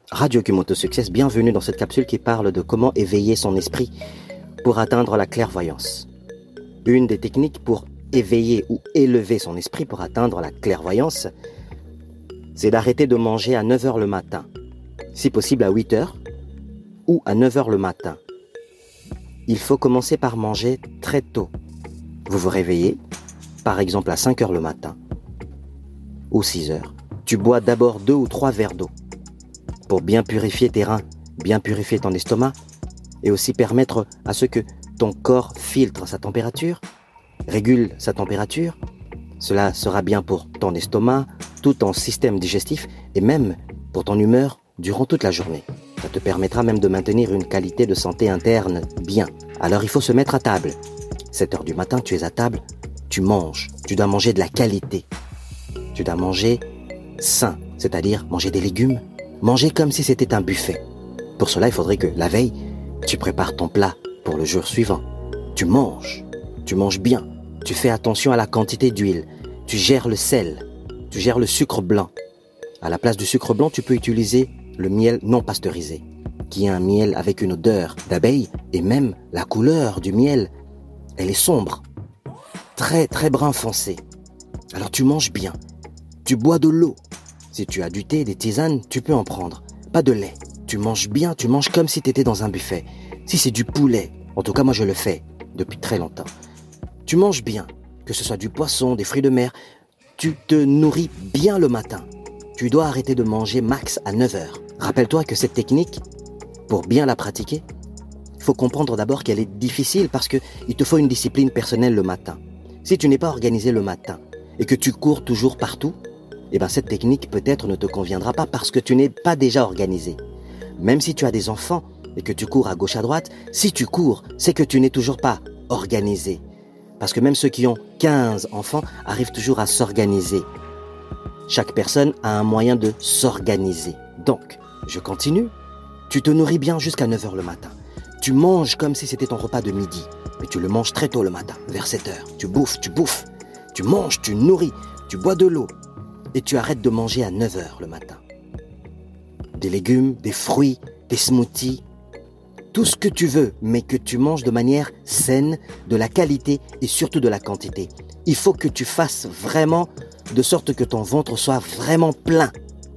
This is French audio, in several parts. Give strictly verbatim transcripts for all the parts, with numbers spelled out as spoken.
Radio Kumoto Success, bienvenue dans cette capsule qui parle de comment éveiller son esprit pour atteindre la clairvoyance. Une des techniques pour éveiller ou élever son esprit pour atteindre la clairvoyance, c'est d'arrêter de manger à neuf heures le matin, si possible à huit heures ou à neuf heures le matin. Il faut commencer par manger très tôt. Vous vous réveillez, par exemple à cinq heures le matin ou six heures. Tu bois d'abord deux ou trois verres d'eau pour bien purifier tes reins, bien purifier ton estomac et aussi permettre à ce que ton corps filtre sa température, régule sa température. Cela sera bien pour ton estomac, tout ton système digestif et même pour ton humeur durant toute la journée. Ça te permettra même de maintenir une qualité de santé interne bien. Alors il faut se mettre à table. sept heures du matin, tu es à table, tu manges. Tu dois manger de la qualité. Tu dois manger sain, c'est-à-dire manger des légumes, manger comme si c'était un buffet. Pour cela, il faudrait que la veille, tu prépares ton plat pour le jour suivant. Tu manges, tu manges bien, tu fais attention à la quantité d'huile, tu gères le sel, tu gères le sucre blanc. À la place du sucre blanc, tu peux utiliser le miel non pasteurisé, qui est un miel avec une odeur d'abeille et même la couleur du miel, elle est sombre, très très brun foncé. Alors tu manges bien, tu bois de l'eau. Si tu as du thé, des tisanes, tu peux en prendre. Pas de lait. Tu manges bien, tu manges comme si tu étais dans un buffet. Si c'est du poulet, en tout cas moi je le fais depuis très longtemps. Tu manges bien, que ce soit du poisson, des fruits de mer. Tu te nourris bien le matin. Tu dois arrêter de manger max à neuf heures. Rappelle-toi que cette technique, pour bien la pratiquer, il faut comprendre d'abord qu'elle est difficile parce qu'il te faut une discipline personnelle le matin. Si tu n'es pas organisé le matin et que tu cours toujours partout, eh bien cette technique peut-être ne te conviendra pas parce que tu n'es pas déjà organisé. Même si tu as des enfants et que tu cours à gauche à droite, si tu cours, c'est que tu n'es toujours pas organisé. Parce que même ceux qui ont quinze enfants arrivent toujours à s'organiser. Chaque personne a un moyen de s'organiser. Donc, je continue. Tu te nourris bien jusqu'à neuf heures le matin. Tu manges comme si c'était ton repas de midi. Mais tu le manges très tôt le matin, vers sept heures. Tu bouffes, tu bouffes. Tu manges, tu nourris, tu bois de l'eau. Et tu arrêtes de manger à neuf heures le matin. Des légumes, des fruits, des smoothies, tout ce que tu veux, mais que tu manges de manière saine, de la qualité et surtout de la quantité. Il faut que tu fasses vraiment de sorte que ton ventre soit vraiment plein.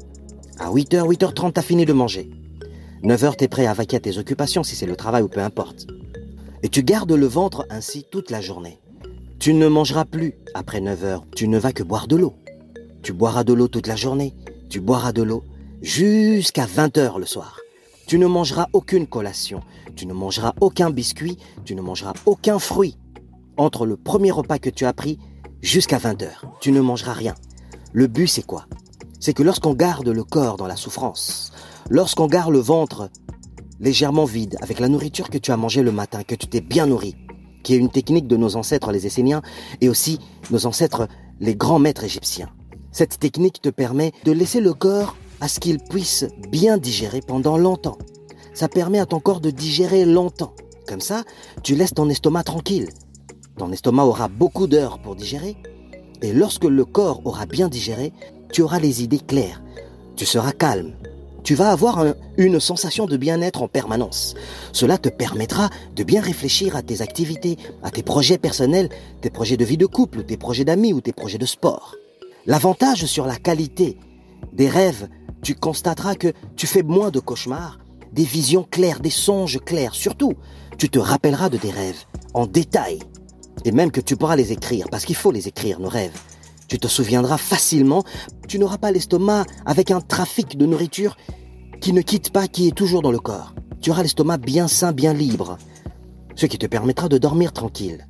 À huit heures, huit heures trente, tu as fini de manger. neuf heures, tu es prêt à vaquer à tes occupations, si c'est le travail ou peu importe. Et tu gardes le ventre ainsi toute la journée. Tu ne mangeras plus après neuf heures, tu ne vas que boire de l'eau. Tu boiras de l'eau toute la journée, tu boiras de l'eau jusqu'à vingt heures le soir. Tu ne mangeras aucune collation, tu ne mangeras aucun biscuit, tu ne mangeras aucun fruit. Entre le premier repas que tu as pris jusqu'à vingt heures, tu ne mangeras rien. Le but c'est quoi? C'est que lorsqu'on garde le corps dans la souffrance, lorsqu'on garde le ventre légèrement vide avec la nourriture que tu as mangée le matin, que tu t'es bien nourri, qui est une technique de nos ancêtres les Esséniens et aussi nos ancêtres les grands maîtres égyptiens. Cette technique te permet de laisser le corps à ce qu'il puisse bien digérer pendant longtemps. Ça permet à ton corps de digérer longtemps. Comme ça, tu laisses ton estomac tranquille. Ton estomac aura beaucoup d'heures pour digérer. Et lorsque le corps aura bien digéré, tu auras les idées claires. Tu seras calme. Tu vas avoir un, une sensation de bien-être en permanence. Cela te permettra de bien réfléchir à tes activités, à tes projets personnels, tes projets de vie de couple, tes projets d'amis ou tes projets de sport. L'avantage sur la qualité des rêves, tu constateras que tu fais moins de cauchemars, des visions claires, des songes clairs. Surtout, tu te rappelleras de tes rêves en détail. Et même que tu pourras les écrire, parce qu'il faut les écrire, nos rêves. Tu te souviendras facilement, tu n'auras pas l'estomac avec un trafic de nourriture qui ne quitte pas, qui est toujours dans le corps. Tu auras l'estomac bien sain, bien libre, ce qui te permettra de dormir tranquille.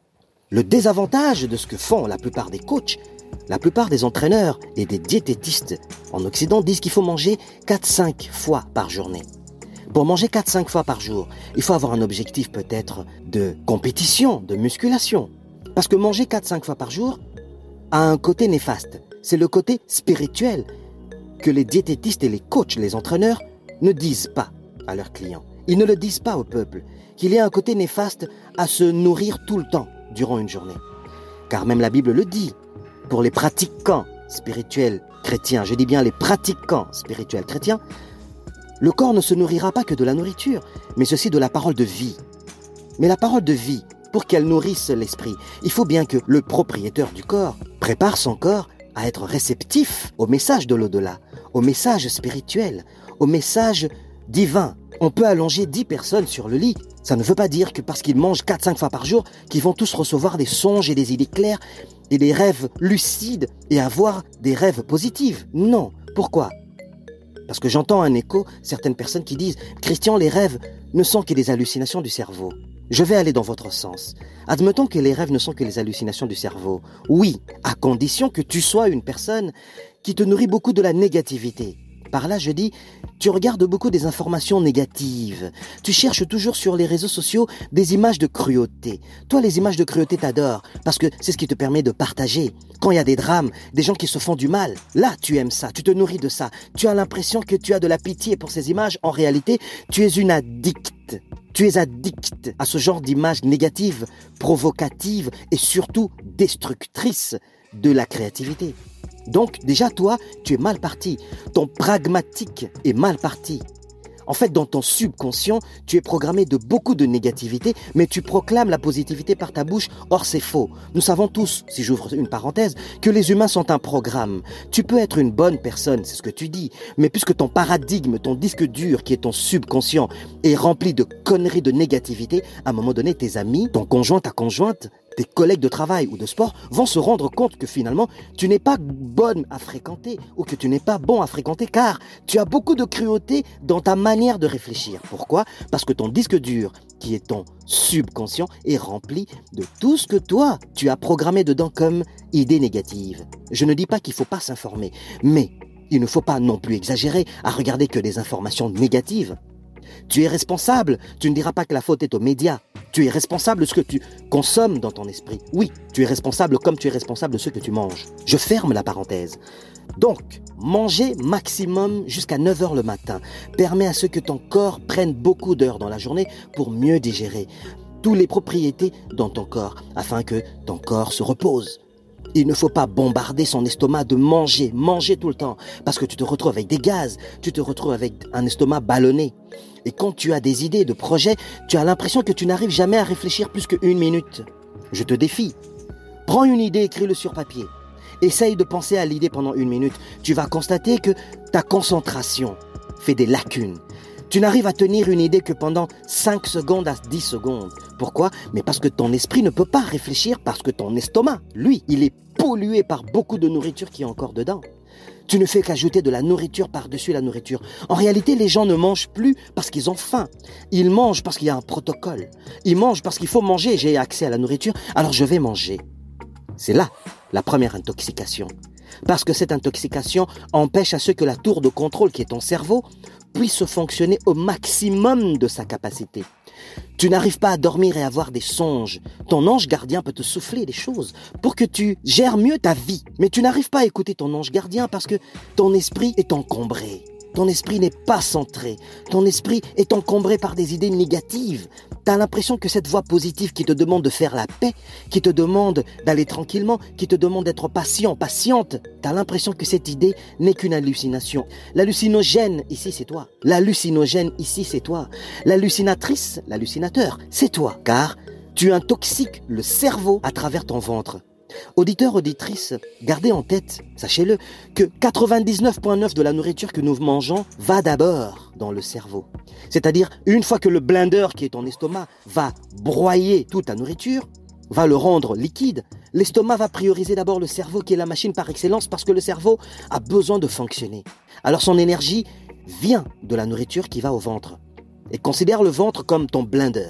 Le désavantage de ce que font la plupart des coachs, la plupart des entraîneurs et des diététistes en Occident disent qu'il faut manger quatre à cinq fois par journée. Pour manger quatre à cinq fois par jour, il faut avoir un objectif peut-être de compétition, de musculation. Parce que manger quatre à cinq fois par jour a un côté néfaste. C'est le côté spirituel que les diététistes et les coachs, les entraîneurs, ne disent pas à leurs clients. Ils ne le disent pas au peuple, qu'il y a un côté néfaste à se nourrir tout le temps durant une journée. Car même la Bible le dit, pour les pratiquants spirituels chrétiens, je dis bien les pratiquants spirituels chrétiens, Le corps ne se nourrira pas que de la nourriture, mais aussi de la parole de vie. Mais la parole de vie, pour qu'elle nourrisse l'esprit, il faut bien que le propriétaire du corps prépare son corps à être réceptif au message de l'au-delà, au message spirituel, au message divin. On peut allonger dix personnes sur le lit. Ça ne veut pas dire que parce qu'ils mangent quatre à cinq fois par jour, qu'ils vont tous recevoir des songes et des idées claires et des rêves lucides et avoir des rêves positifs. Non. Pourquoi ? Parce que j'entends un écho, certaines personnes qui disent « Christian, les rêves ne sont que des hallucinations du cerveau ». Je vais aller dans votre sens. Admettons que les rêves ne sont que les hallucinations du cerveau. Oui, à condition que tu sois une personne qui te nourrit beaucoup de la négativité. Par là, je dis, tu regardes beaucoup des informations négatives. Tu cherches toujours sur les réseaux sociaux des images de cruauté. Toi, les images de cruauté, t'adores parce que c'est ce qui te permet de partager. Quand il y a des drames, des gens qui se font du mal, là, tu aimes ça, tu te nourris de ça. Tu as l'impression que tu as de la pitié pour ces images. En réalité, tu es une addicte. Tu es addict à ce genre d'images négatives, provocatives et surtout destructrices de la créativité. Donc déjà toi, tu es mal parti. Ton pragmatique est mal parti. En fait, dans ton subconscient, tu es programmé de beaucoup de négativité, mais tu proclames la positivité par ta bouche. Or, c'est faux. Nous savons tous, si j'ouvre une parenthèse, que les humains sont un programme. Tu peux être une bonne personne, c'est ce que tu dis, mais puisque ton paradigme, ton disque dur, qui est ton subconscient, est rempli de conneries de négativité, à un moment donné, tes amis, ton conjoint, ta conjointe, tes collègues de travail ou de sport vont se rendre compte que finalement, tu n'es pas bonne à fréquenter ou que tu n'es pas bon à fréquenter car tu as beaucoup de cruauté dans ta manière de réfléchir. Pourquoi ? Parce que ton disque dur, qui est ton subconscient, est rempli de tout ce que toi, tu as programmé dedans comme idées négatives. Je ne dis pas qu'il ne faut pas s'informer, mais il ne faut pas non plus exagérer à regarder que des informations négatives. Tu es responsable, tu ne diras pas que la faute est aux médias. Tu es responsable de ce que tu consommes dans ton esprit. Oui, tu es responsable comme tu es responsable de ce que tu manges. Je ferme la parenthèse. Donc, manger maximum jusqu'à neuf heures le matin permet à ce que ton corps prenne beaucoup d'heures dans la journée pour mieux digérer toutes les propriétés dans ton corps afin que ton corps se repose. Il ne faut pas bombarder son estomac de manger, manger tout le temps, parce que tu te retrouves avec des gaz, tu te retrouves avec un estomac ballonné. Et quand tu as des idées de projets, tu as l'impression que tu n'arrives jamais à réfléchir plus qu'une minute. Je te défie. Prends une idée, écris-le sur papier. Essaye de penser à l'idée pendant une minute. Tu vas constater que ta concentration fait des lacunes. Tu n'arrives à tenir une idée que pendant cinq secondes à dix secondes. Pourquoi ? Mais parce que ton esprit ne peut pas réfléchir parce que ton estomac, lui, il est pollué par beaucoup de nourriture qui est encore dedans. Tu ne fais qu'ajouter de la nourriture par-dessus la nourriture. En réalité, les gens ne mangent plus parce qu'ils ont faim. Ils mangent parce qu'il y a un protocole. Ils mangent parce qu'il faut manger. J'ai accès à la nourriture, alors je vais manger. C'est là la première intoxication. Parce que cette intoxication empêche à ce que la tour de contrôle qui est ton cerveau puisse fonctionner au maximum de sa capacité. Tu n'arrives pas à dormir et à avoir des songes. Ton ange gardien peut te souffler des choses pour que tu gères mieux ta vie. Mais tu n'arrives pas à écouter ton ange gardien parce que ton esprit est encombré. Ton esprit n'est pas centré. Ton esprit est encombré par des idées négatives. Tu as l'impression que cette voix positive qui te demande de faire la paix, qui te demande d'aller tranquillement, qui te demande d'être patient, patiente, tu as l'impression que cette idée n'est qu'une hallucination. L'hallucinogène, ici, c'est toi. L'hallucinogène, ici, c'est toi. L'hallucinatrice, l'hallucinateur, c'est toi. Car tu intoxiques le cerveau à travers ton ventre. Auditeurs, auditrices, gardez en tête, sachez-le, que quatre-vingt-dix-neuf virgule neuf de la nourriture que nous mangeons va d'abord dans le cerveau. C'est-à-dire, une fois que le blender qui est ton estomac va broyer toute ta nourriture, va le rendre liquide, l'estomac va prioriser d'abord le cerveau qui est la machine par excellence parce que le cerveau a besoin de fonctionner. Alors son énergie vient de la nourriture qui va au ventre. Et considère le ventre comme ton blender.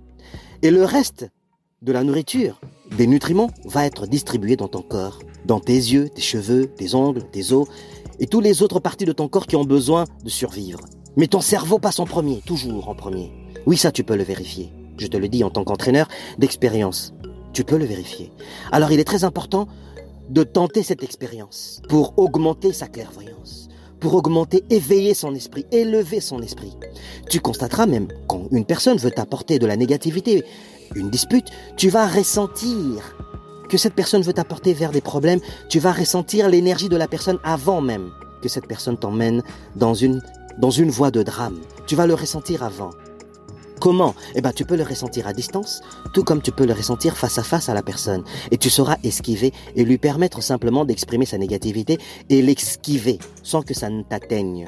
Et le reste de la nourriture, des nutriments, va être distribué dans ton corps, dans tes yeux, tes cheveux, tes ongles, tes os et toutes les autres parties de ton corps qui ont besoin de survivre. Mais ton cerveau passe en premier, toujours en premier. Oui, ça tu peux le vérifier. Je te le dis en tant qu'entraîneur d'expérience. Tu peux le vérifier. Alors il est très important de tenter cette expérience pour augmenter sa clairvoyance, pour augmenter, éveiller son esprit, élever son esprit. Tu constateras même quand une personne veut t'apporter de la négativité, une dispute, tu vas ressentir que cette personne veut t'apporter vers des problèmes, tu vas ressentir l'énergie de la personne avant même que cette personne t'emmène dans une dans une voie de drame, tu vas le ressentir avant. Comment ? Eh bien, tu peux le ressentir à distance, tout comme tu peux le ressentir face à face à la personne. Et tu sauras esquiver et lui permettre simplement d'exprimer sa négativité et l'esquiver sans que ça ne t'atteigne.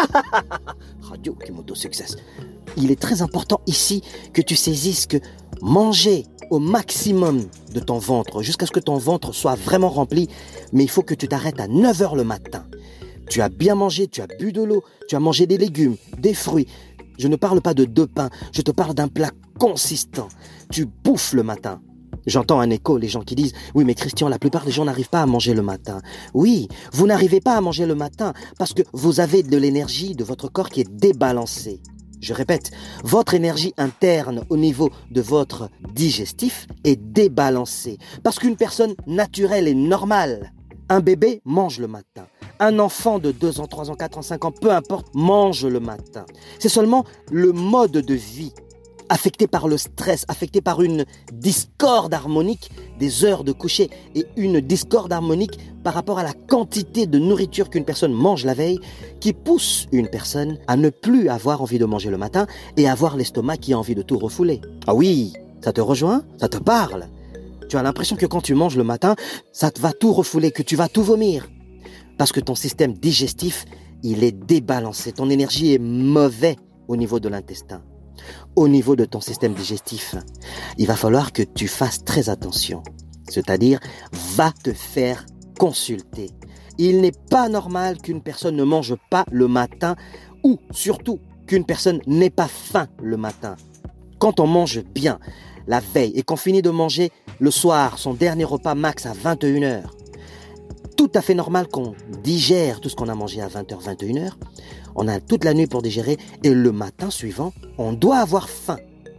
Radio Kimoto Success. Il est très important ici que tu saisisses que manger au maximum de ton ventre, jusqu'à ce que ton ventre soit vraiment rempli, mais il faut que tu t'arrêtes à neuf heures le matin. Tu as bien mangé, tu as bu de l'eau, tu as mangé des légumes, des fruits. Je ne parle pas de deux pains, je te parle d'un plat consistant. Tu bouffes le matin. J'entends un écho, les gens qui disent « Oui, mais Christian, la plupart des gens n'arrivent pas à manger le matin. » Oui, vous n'arrivez pas à manger le matin parce que vous avez de l'énergie de votre corps qui est débalancée. Je répète, votre énergie interne au niveau de votre digestif est débalancée. Parce qu'une personne naturelle et normale, un bébé mange le matin. Un enfant de deux ans, trois ans, quatre ans, cinq ans, peu importe, mange le matin. C'est seulement le mode de vie affecté par le stress, affecté par une discorde harmonique des heures de coucher et une discorde harmonique par rapport à la quantité de nourriture qu'une personne mange la veille qui pousse une personne à ne plus avoir envie de manger le matin et avoir l'estomac qui a envie de tout refouler. Ah oui, ça te rejoint ? Ça te parle ? Tu as l'impression que quand tu manges le matin, ça te va tout refouler, que tu vas tout vomir. Parce que ton système digestif, il est débalancé. Ton énergie est mauvaise au niveau de l'intestin. Au niveau de ton système digestif, il va falloir que tu fasses très attention. C'est-à-dire, va te faire consulter. Il n'est pas normal qu'une personne ne mange pas le matin ou surtout qu'une personne n'ait pas faim le matin. Quand on mange bien la veille et qu'on finit de manger le soir son dernier repas max à vingt et une heures, tout à fait normal qu'on digère tout ce qu'on a mangé à vingt heures, vingt et une heures. On a toute la nuit pour digérer et le matin suivant, on doit avoir faim.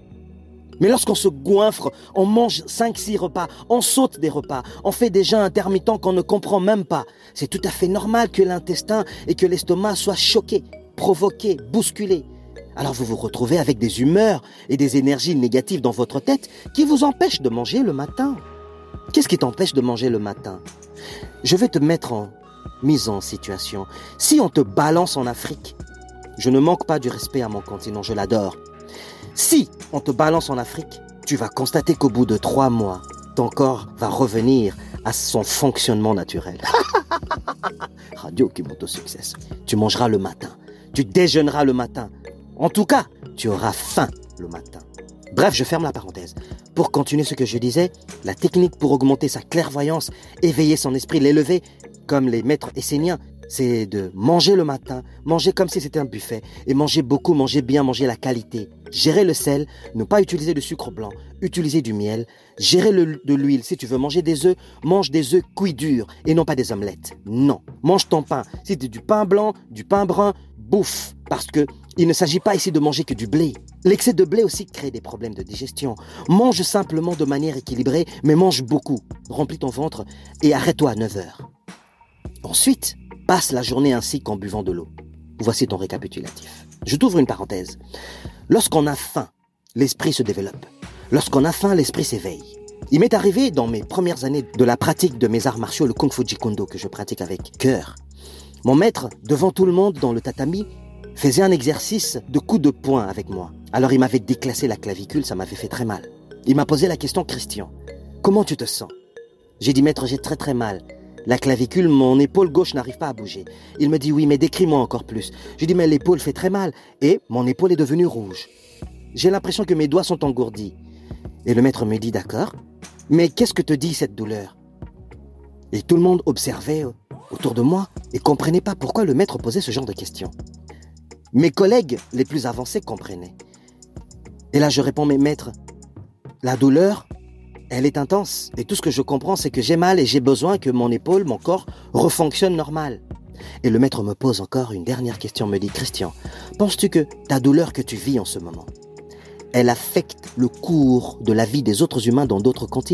Mais lorsqu'on se goinfre, on mange cinq six repas, on saute des repas, on fait des jeûnes intermittents qu'on ne comprend même pas. C'est tout à fait normal que l'intestin et que l'estomac soient choqués, provoqués, bousculés. Alors vous vous retrouvez avec des humeurs et des énergies négatives dans votre tête qui vous empêchent de manger le matin. Qu'est-ce qui t'empêche de manger le matin ? Je vais te mettre en mise en situation. Si on te balance en Afrique, je ne manque pas du respect à mon continent, je l'adore. Si on te balance en Afrique, tu vas constater qu'au bout de trois mois, ton corps va revenir à son fonctionnement naturel. Radio Kimoto Success. Tu mangeras le matin. Tu déjeuneras le matin. En tout cas, tu auras faim le matin. Bref, je ferme la parenthèse. Pour continuer ce que je disais, la technique pour augmenter sa clairvoyance, éveiller son esprit, l'élever, comme les maîtres esséniens, c'est de manger le matin, manger comme si c'était un buffet, et manger beaucoup, manger bien, manger la qualité. Gérer le sel, ne pas utiliser de sucre blanc, utiliser du miel, gérer le, de l'huile. Si tu veux manger des œufs, mange des œufs cuits durs et non pas des omelettes. Non, mange ton pain. Si c'est du pain blanc, du pain brun, bouffe. Parce que il ne s'agit pas ici de manger que du blé. L'excès de blé aussi crée des problèmes de digestion. Mange simplement de manière équilibrée, mais mange beaucoup. Remplis ton ventre et arrête-toi à neuf heures. Ensuite, passe la journée ainsi qu'en buvant de l'eau. Voici ton récapitulatif. Je t'ouvre une parenthèse. Lorsqu'on a faim, l'esprit se développe. Lorsqu'on a faim, l'esprit s'éveille. Il m'est arrivé dans mes premières années de la pratique de mes arts martiaux, le Kung Fu Jeet Kune Do, que je pratique avec cœur. Mon maître, devant tout le monde dans le tatami, faisait un exercice de coup de poing avec moi. Alors il m'avait déclassé la clavicule, ça m'avait fait très mal. Il m'a posé la question, Christian, comment tu te sens ? J'ai dit, maître, j'ai très très mal. La clavicule, mon épaule gauche n'arrive pas à bouger. Il me dit, oui, mais décris-moi encore plus. J'ai dit, mais l'épaule fait très mal et mon épaule est devenue rouge. J'ai l'impression que mes doigts sont engourdis. Et le maître me dit, d'accord, mais qu'est-ce que te dit cette douleur ? Et tout le monde observait autour de moi et comprenait pas pourquoi le maître posait ce genre de questions. Mes collègues les plus avancés comprenaient. Et là, je réponds, mais maître, la douleur, elle est intense. Et tout ce que je comprends, c'est que j'ai mal et j'ai besoin que mon épaule, mon corps, refonctionne normal. Et le maître me pose encore une dernière question, me dit, Christian, penses-tu que ta douleur que tu vis en ce moment, elle affecte le cours de la vie des autres humains dans d'autres continents ?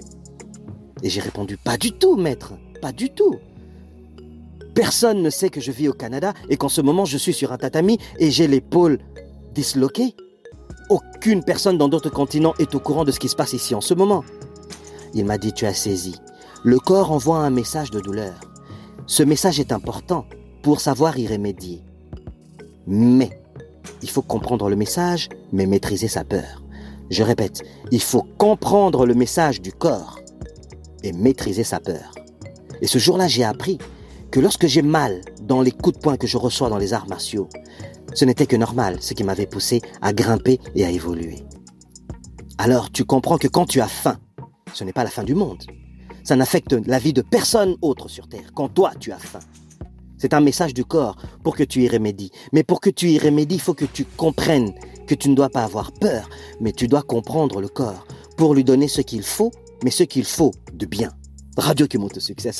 Et j'ai répondu, pas du tout, maître, pas du tout. Personne ne sait que je vis au Canada et qu'en ce moment, je suis sur un tatami et j'ai l'épaule disloquée. Aucune personne dans d'autres continents est au courant de ce qui se passe ici en ce moment. Il m'a dit, tu as saisi. Le corps envoie un message de douleur. Ce message est important pour savoir y remédier. Mais il faut comprendre le message, mais maîtriser sa peur. Je répète, il faut comprendre le message du corps et maîtriser sa peur. Et ce jour-là, j'ai appris que lorsque j'ai mal dans les coups de poing que je reçois dans les arts martiaux, ce n'était que normal, ce qui m'avait poussé à grimper et à évoluer. Alors, tu comprends que quand tu as faim, ce n'est pas la fin du monde. Ça n'affecte la vie de personne autre sur Terre, quand toi, tu as faim. C'est un message du corps pour que tu y remédies. Mais pour que tu y remédies, il faut que tu comprennes que tu ne dois pas avoir peur, mais tu dois comprendre le corps pour lui donner ce qu'il faut, mais ce qu'il faut de bien. Radio qui monte au succès.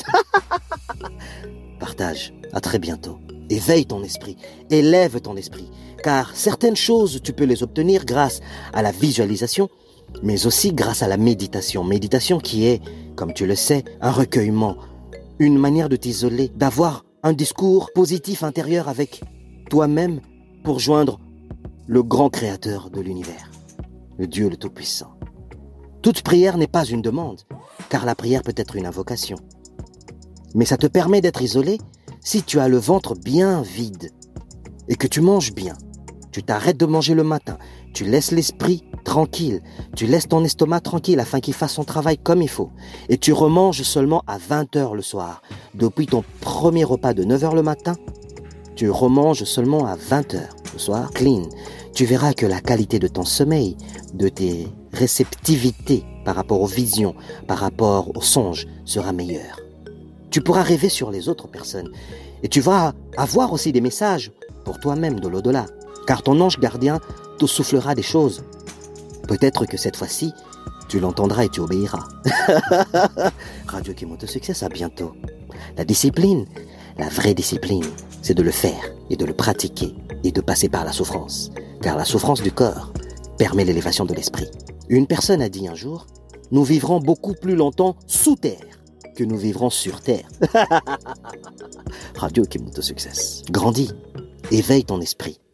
Partage. À très bientôt. Éveille ton esprit. Élève ton esprit. Car certaines choses, tu peux les obtenir grâce à la visualisation, mais aussi grâce à la méditation. Méditation qui est, comme tu le sais, un recueillement, une manière de t'isoler, d'avoir un discours positif intérieur avec toi-même pour joindre le grand créateur de l'univers, le Dieu le Tout-Puissant. Toute prière n'est pas une demande, car la prière peut être une invocation. Mais ça te permet d'être isolé si tu as le ventre bien vide et que tu manges bien. Tu t'arrêtes de manger le matin, tu laisses l'esprit tranquille, tu laisses ton estomac tranquille afin qu'il fasse son travail comme il faut. Et tu remanges seulement à vingt heures le soir. Depuis ton premier repas de neuf heures le matin, tu remanges seulement à vingt heures le soir, clean. Tu verras que la qualité de ton sommeil, de tes réceptivités par rapport aux visions, par rapport aux songes, sera meilleure. Tu pourras rêver sur les autres personnes et tu vas avoir aussi des messages pour toi-même de l'au-delà, car ton ange gardien te soufflera des choses. Peut-être que cette fois-ci, tu l'entendras et tu obéiras. Radio qui monte au succès, à bientôt. La discipline, la vraie discipline, c'est de le faire et de le pratiquer et de passer par la souffrance. Car la souffrance du corps permet l'élévation de l'esprit. Une personne a dit un jour, nous vivrons beaucoup plus longtemps sous terre que nous vivrons sur terre. Radio qui monte au succès. Grandis, éveille ton esprit.